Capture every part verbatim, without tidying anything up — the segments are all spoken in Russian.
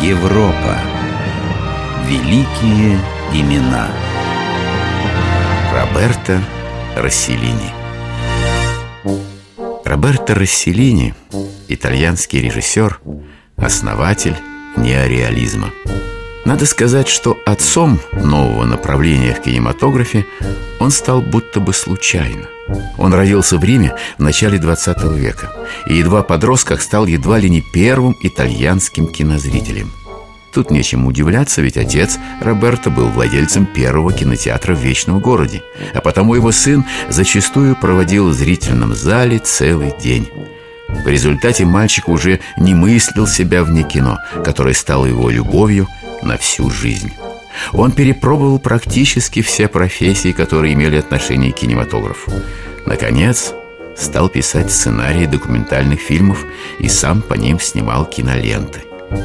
Европа. Великие имена. Роберто Росселлини. Роберто Росселлини – итальянский режиссер, основатель неореализма. Надо сказать, что отцом нового направления в кинематографе он стал будто бы случайно. Он родился в Риме в начале двадцатого века и, едва подрос, как стал едва ли не первым итальянским кинозрителем. Тут нечему удивляться, ведь отец Роберто был владельцем первого кинотеатра в Вечном городе, а потому его сын зачастую проводил в зрительном зале целый день. В результате мальчик уже не мыслил себя вне кино, которое стало его любовью на всю жизнь. Он перепробовал практически все профессии, которые имели отношение к кинематографу. Наконец, стал писать сценарии документальных фильмов и сам по ним снимал киноленты.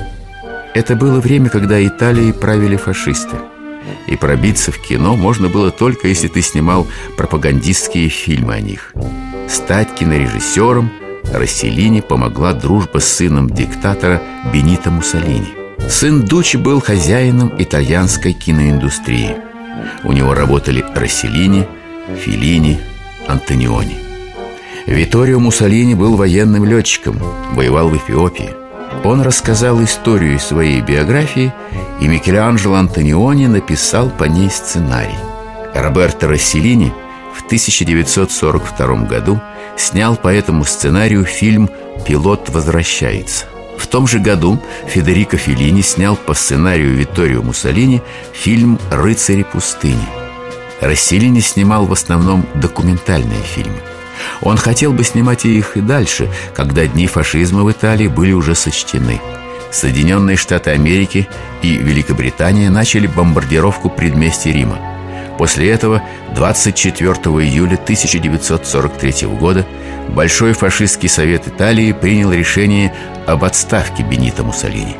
Это было время, когда Италией правили фашисты, и пробиться в кино можно было только если ты снимал пропагандистские фильмы о них. Стать кинорежиссером Росселлини помогла дружба с сыном диктатора Бенито Муссолини. Сын Дуччи был хозяином итальянской киноиндустрии. У него работали Росселлини, Феллини, Антониони. Витторио Муссолини был военным летчиком, воевал в Эфиопии. Он рассказал историю своей биографии, и Микеланджело Антониони написал по ней сценарий. Роберто Росселлини в тысяча девятьсот сорок втором году снял по этому сценарию фильм «Пилот возвращается». В том же году Федерико Феллини снял по сценарию Витторио Муссолини фильм «Рыцари пустыни». Росселлини снимал в основном документальные фильмы. Он хотел бы снимать их и дальше, когда дни фашизма в Италии были уже сочтены. Соединенные Штаты Америки и Великобритания начали бомбардировку предместий Рима. После этого двадцать четвёртого июля тысяча девятьсот сорок третьего года Большой фашистский совет Италии принял решение об отставке Бенито Муссолини.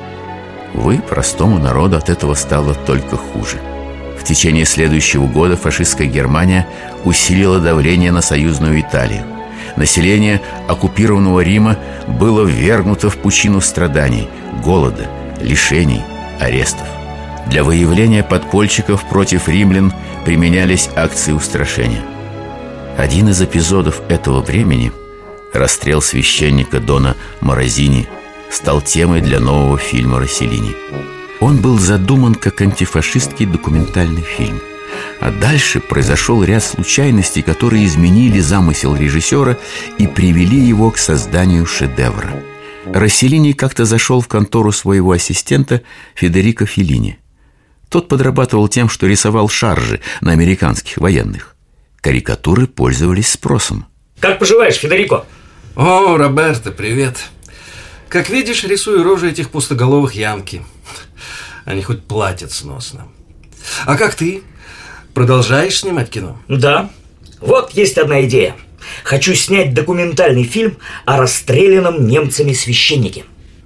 Увы, простому народу от этого стало только хуже. В течение следующего года фашистская Германия усилила давление на союзную Италию. Население оккупированного Рима было ввергнуто в пучину страданий, голода, лишений, арестов. Для выявления подпольщиков против римлян применялись акции устрашения. Один из эпизодов этого времени, расстрел священника Дона Морозини, стал темой для нового фильма Росселлини. Он был задуман как антифашистский документальный фильм. А дальше произошел ряд случайностей, которые изменили замысел режиссера и привели его к созданию шедевра. Росселлини как-то зашел в контору своего ассистента Федерико Феллини. Тот подрабатывал тем, что рисовал шаржи на американских военных. Карикатуры пользовались спросом. Как поживаешь, Федерико? О, Роберто, привет. Как видишь, рисую рожи этих пустоголовых янки. Они хоть платят сносно. А как ты? Продолжаешь снимать кино? Да. Вот есть одна идея. Хочу снять документальный фильм о расстрелянном немцами священнике.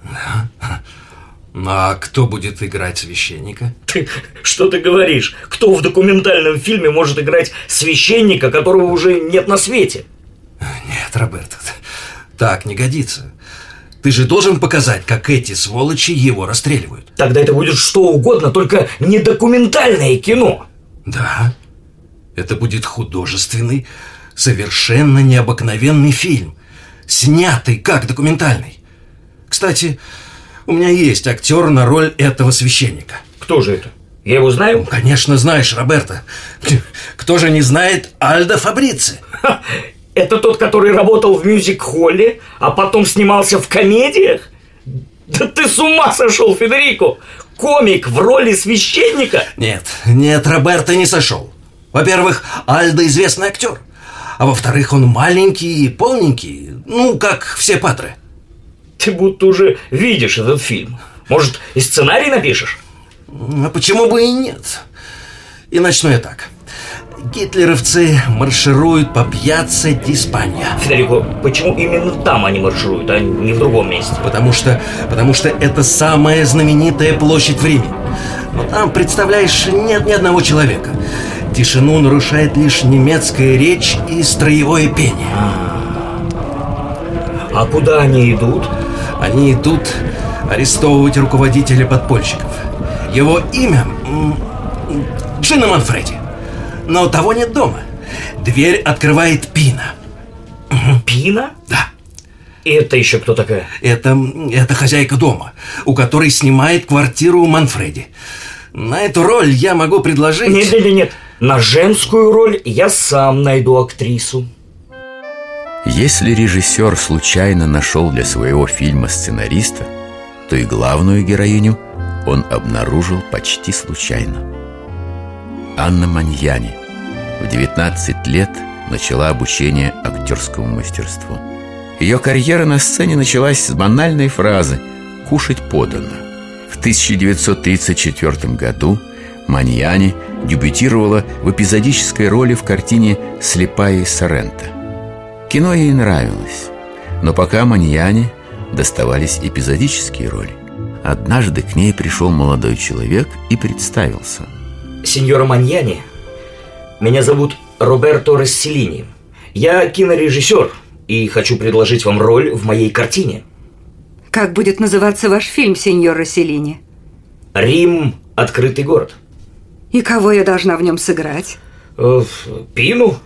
Ну, а кто будет играть священника? Ты, что ты говоришь? Кто в документальном фильме может играть священника, которого уже нет на свете? Нет, Роберто, так не годится. Ты же должен показать, как эти сволочи его расстреливают. Тогда это будет что угодно, только не документальное кино. Да, это будет художественный, совершенно необыкновенный фильм, снятый как документальный. Кстати, у меня есть актер на роль этого священника. Кто же это? Я его знаю? Ну, конечно, знаешь, Роберто. Кто же не знает Альдо Фабрици? Ха, это тот, который работал в мюзик-холле, а потом снимался в комедиях? Да ты с ума сошел, Федерико! Комик в роли священника? Нет, нет, Роберто не сошел. Во-первых, Альдо известный актер. А во-вторых, он маленький и полненький. Ну, как все патры. Ты будто уже видишь этот фильм. Может, и сценарий напишешь? А почему бы и нет? И начну я так. Гитлеровцы маршируют по пьяцца ди Спанья. Федерико, почему именно там они маршируют, а не в другом месте? Потому что, потому что это самая знаменитая площадь в Риме. Но там, представляешь, нет ни одного человека. Тишину нарушает лишь немецкая речь и строевое пение. А куда они идут? Они идут арестовывать руководителя подпольщиков. Его имя Джино Манфреди. Но того нет дома. Дверь открывает Пина. Пина? Да. И это еще кто такая? Это, это хозяйка дома, у которой снимает квартиру Манфреди. На эту роль я могу предложить... Нет, нет, нет. На женскую роль я сам найду актрису. Если режиссер случайно нашел для своего фильма сценариста, то и главную героиню он обнаружил почти случайно. Анна Маньяни в девятнадцать лет начала обучение актерскому мастерству. Ее карьера на сцене началась с банальной фразы «кушать подано». В тысяча девятьсот тридцать четвёртом году Маньяни дебютировала в эпизодической роли в картине «Слепая из Соренто». Кино ей нравилось, но пока Маньяни доставались эпизодические роли. Однажды к ней пришел молодой человек и представился. Сеньора Маньяни, меня зовут Роберто Росселлини. Я кинорежиссер и хочу предложить вам роль в моей картине. Как будет называться ваш фильм, сеньор Росселлини? «Рим. Открытый город». И кого я должна в нем сыграть? Э, Пину.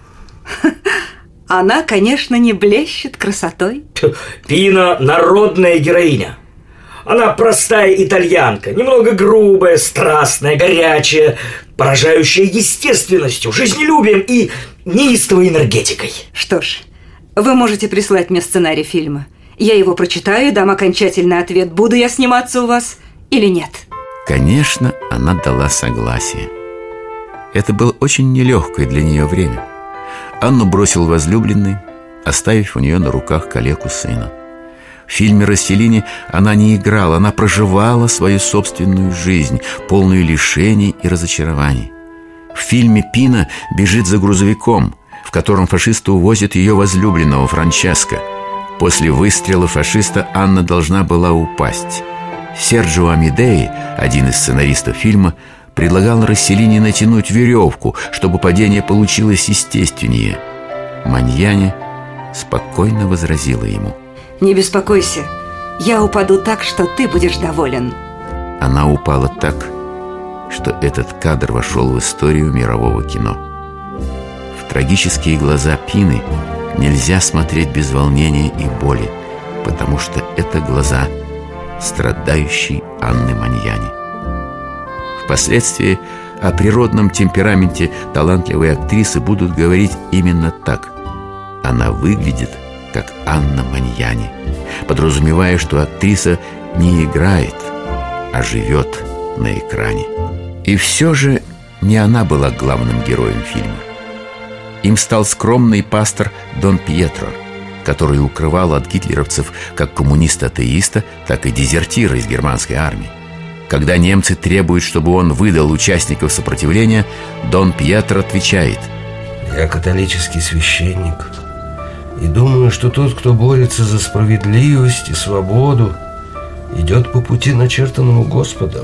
Она, конечно, не блещет красотой. Пина – народная героиня. Она простая итальянка, немного грубая, страстная, горячая, поражающая естественностью, жизнелюбием и неистовой энергетикой. Что ж, вы можете прислать мне сценарий фильма. Я его прочитаю и дам окончательный ответ, буду я сниматься у вас или нет. Конечно, она дала согласие. Это было очень нелегкое для нее время. Анну бросил возлюбленный, оставив у нее на руках калеку сына. В фильме «Росселлини» она не играла, она проживала свою собственную жизнь, полную лишений и разочарований. В фильме Пина бежит за грузовиком, в котором фашисты увозят ее возлюбленного Франческо. После выстрела фашиста Анна должна была упасть. Серджио Амедеи, один из сценаристов фильма, предлагал Росселлини натянуть веревку, чтобы падение получилось естественнее. Маньяни спокойно возразила ему: не беспокойся, я упаду так, что ты будешь доволен. Она упала так, что этот кадр вошел в историю мирового кино. В трагические глаза Пины нельзя смотреть без волнения и боли, потому что это глаза страдающей Анны Маньяни. Впоследствии о природном темпераменте талантливой актрисы будут говорить именно так. Она выглядит как Анна Маньяни, подразумевая, что актриса не играет, а живет на экране. И все же не она была главным героем фильма. Им стал скромный пастор Дон Пьетро, который укрывал от гитлеровцев как коммуниста-атеиста, так и дезертира из германской армии. Когда немцы требуют, чтобы он выдал участников сопротивления, Дон Пьетро отвечает: «Я католический священник и думаю, что тот, кто борется за справедливость и свободу, идет по пути, начертанному Господом.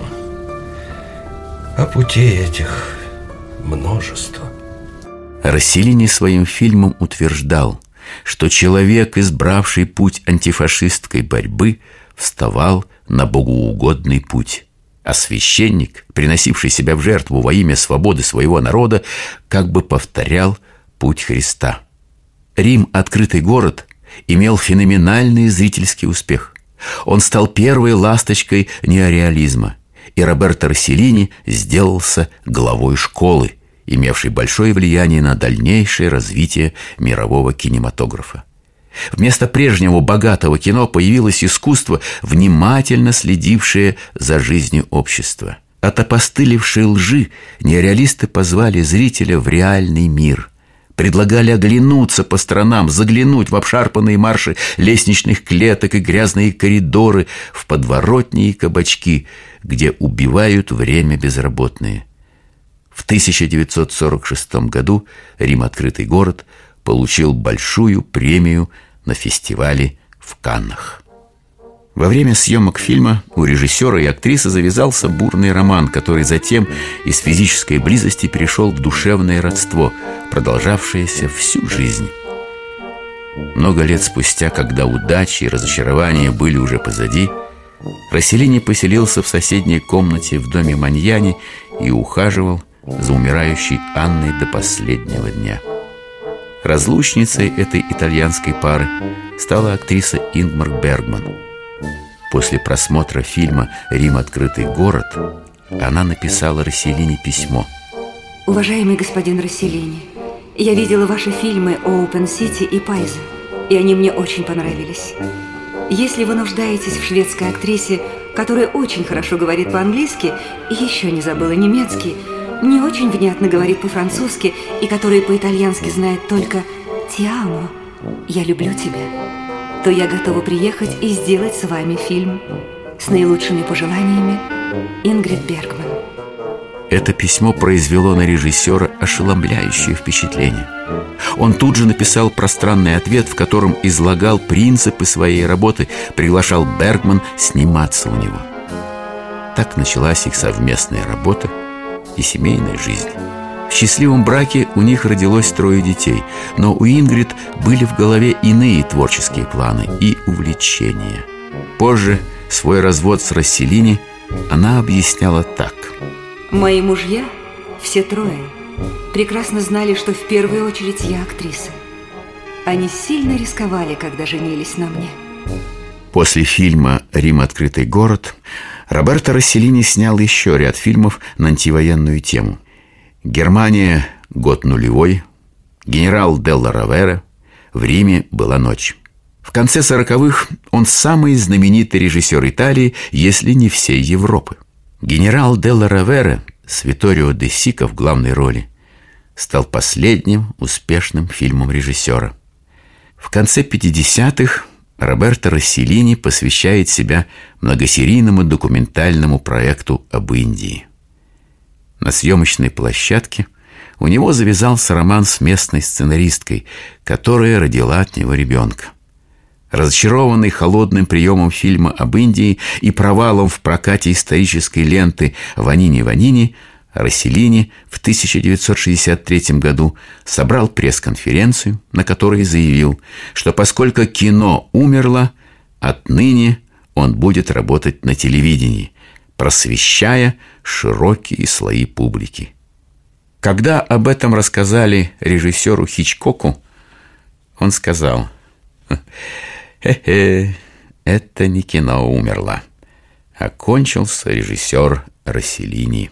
А путей этих множество». Росселлини своим фильмом утверждал, что человек, избравший путь антифашистской борьбы, вставал на богоугодный путь, а священник, приносивший себя в жертву во имя свободы своего народа, как бы повторял путь Христа. «Рим. Открытый город» имел феноменальный зрительский успех. Он стал первой ласточкой неореализма, и Роберто Росселлини сделался главой школы, имевшей большое влияние на дальнейшее развитие мирового кинематографа. Вместо прежнего богатого кино появилось искусство, внимательно следившее за жизнью общества. От опостылевшей лжи неореалисты позвали зрителя в реальный мир, предлагали оглянуться по сторонам, заглянуть в обшарпанные марши лестничных клеток и грязные коридоры, в подворотни и кабачки, где убивают время безработные. В тысяча девятьсот сорок шестом году «Рим. Открытый город» получил большую премию на фестивале в Каннах. Во время съемок фильма у режиссера и актрисы завязался бурный роман, который затем из физической близости перешел в душевное родство, продолжавшееся всю жизнь. Много лет спустя, когда удачи и разочарования были уже позади, Росселлини поселился в соседней комнате в доме Маньяни и ухаживал за умирающей Анной до последнего дня. Разлучницей этой итальянской пары стала актриса Ингмар Бергман. После просмотра фильма «Рим. Открытый город» она написала Росселлини письмо. Уважаемый господин Росселлини, я видела ваши фильмы «Оупен Сити» и «Пайза», и они мне очень понравились. Если вы нуждаетесь в шведской актрисе, которая очень хорошо говорит по-английски и еще не забыла немецкий, не очень внятно говорит по-французски и которая по-итальянски знает только «Ти амо», «Я люблю тебя», то я готова приехать и сделать с вами фильм. С наилучшими пожеланиями, Ингрид Бергман. Это письмо произвело на режиссера ошеломляющее впечатление. Он тут же написал пространный ответ, в котором излагал принципы своей работы, приглашал Бергман сниматься у него. Так началась их совместная работа и семейная жизнь. В счастливом браке у них родилось трое детей, но у Ингрид были в голове иные творческие планы и увлечения. Позже свой развод с Росселлини она объясняла так. Мои мужья, все трое, прекрасно знали, что в первую очередь я актриса. Они сильно рисковали, когда женились на мне. После фильма «Рим. Открытый город» Роберто Росселлини снял еще ряд фильмов на антивоенную тему. «Германия. Год нулевой», «Генерал Делла Ровера», «В Риме была ночь». В конце сороковых он самый знаменитый режиссер Италии, если не всей Европы. «Генерал Делла Ровера» с Витторио де Сико в главной роли стал последним успешным фильмом режиссера. В конце пятидесятых Роберто Росселлини посвящает себя многосерийному документальному проекту об Индии. На съемочной площадке у него завязался роман с местной сценаристкой, которая родила от него ребенка. Разочарованный холодным приемом фильма об Индии и провалом в прокате исторической ленты «Ванини-Ванини», Росселлини в тысяча девятьсот шестьдесят третьем году собрал пресс-конференцию, на которой заявил, что поскольку кино умерло, отныне он будет работать на телевидении, просвещая широкие слои публики. Когда об этом рассказали режиссеру Хичкоку, он сказал: «Хе-хе, это не кино умерло, а кончился режиссер Росселлини».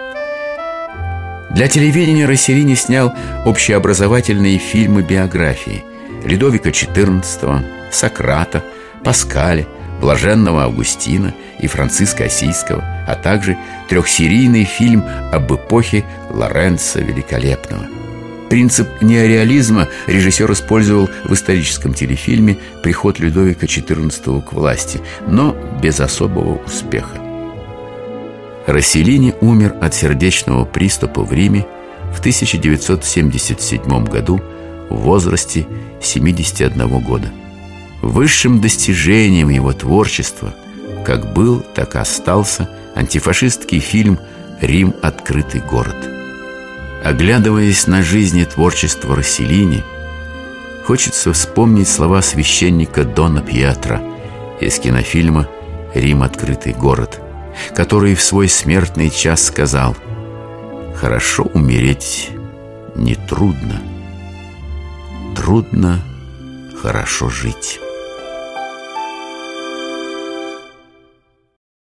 Для телевидения Росселлини снял общеобразовательные фильмы-биографии Людовика четырнадцатого, Сократа, Паскаля, Блаженного Августина и Франциска Осийского, а также трехсерийный фильм об эпохе Лоренцо Великолепного. Принцип неореализма режиссер использовал в историческом телефильме «Приход Людовика четырнадцатого к власти», но без особого успеха. Росселлини умер от сердечного приступа в Риме в тысяча девятьсот семьдесят седьмом году в возрасте семидесяти одного года. Высшим достижением его творчества, как был, так и остался антифашистский фильм «Рим. Открытый город». Оглядываясь на жизнь и творчество Росселлини, хочется вспомнить слова священника Дона Пьетро из кинофильма «Рим. Открытый город», который в свой смертный час сказал: «Хорошо умереть не трудно, трудно хорошо жить».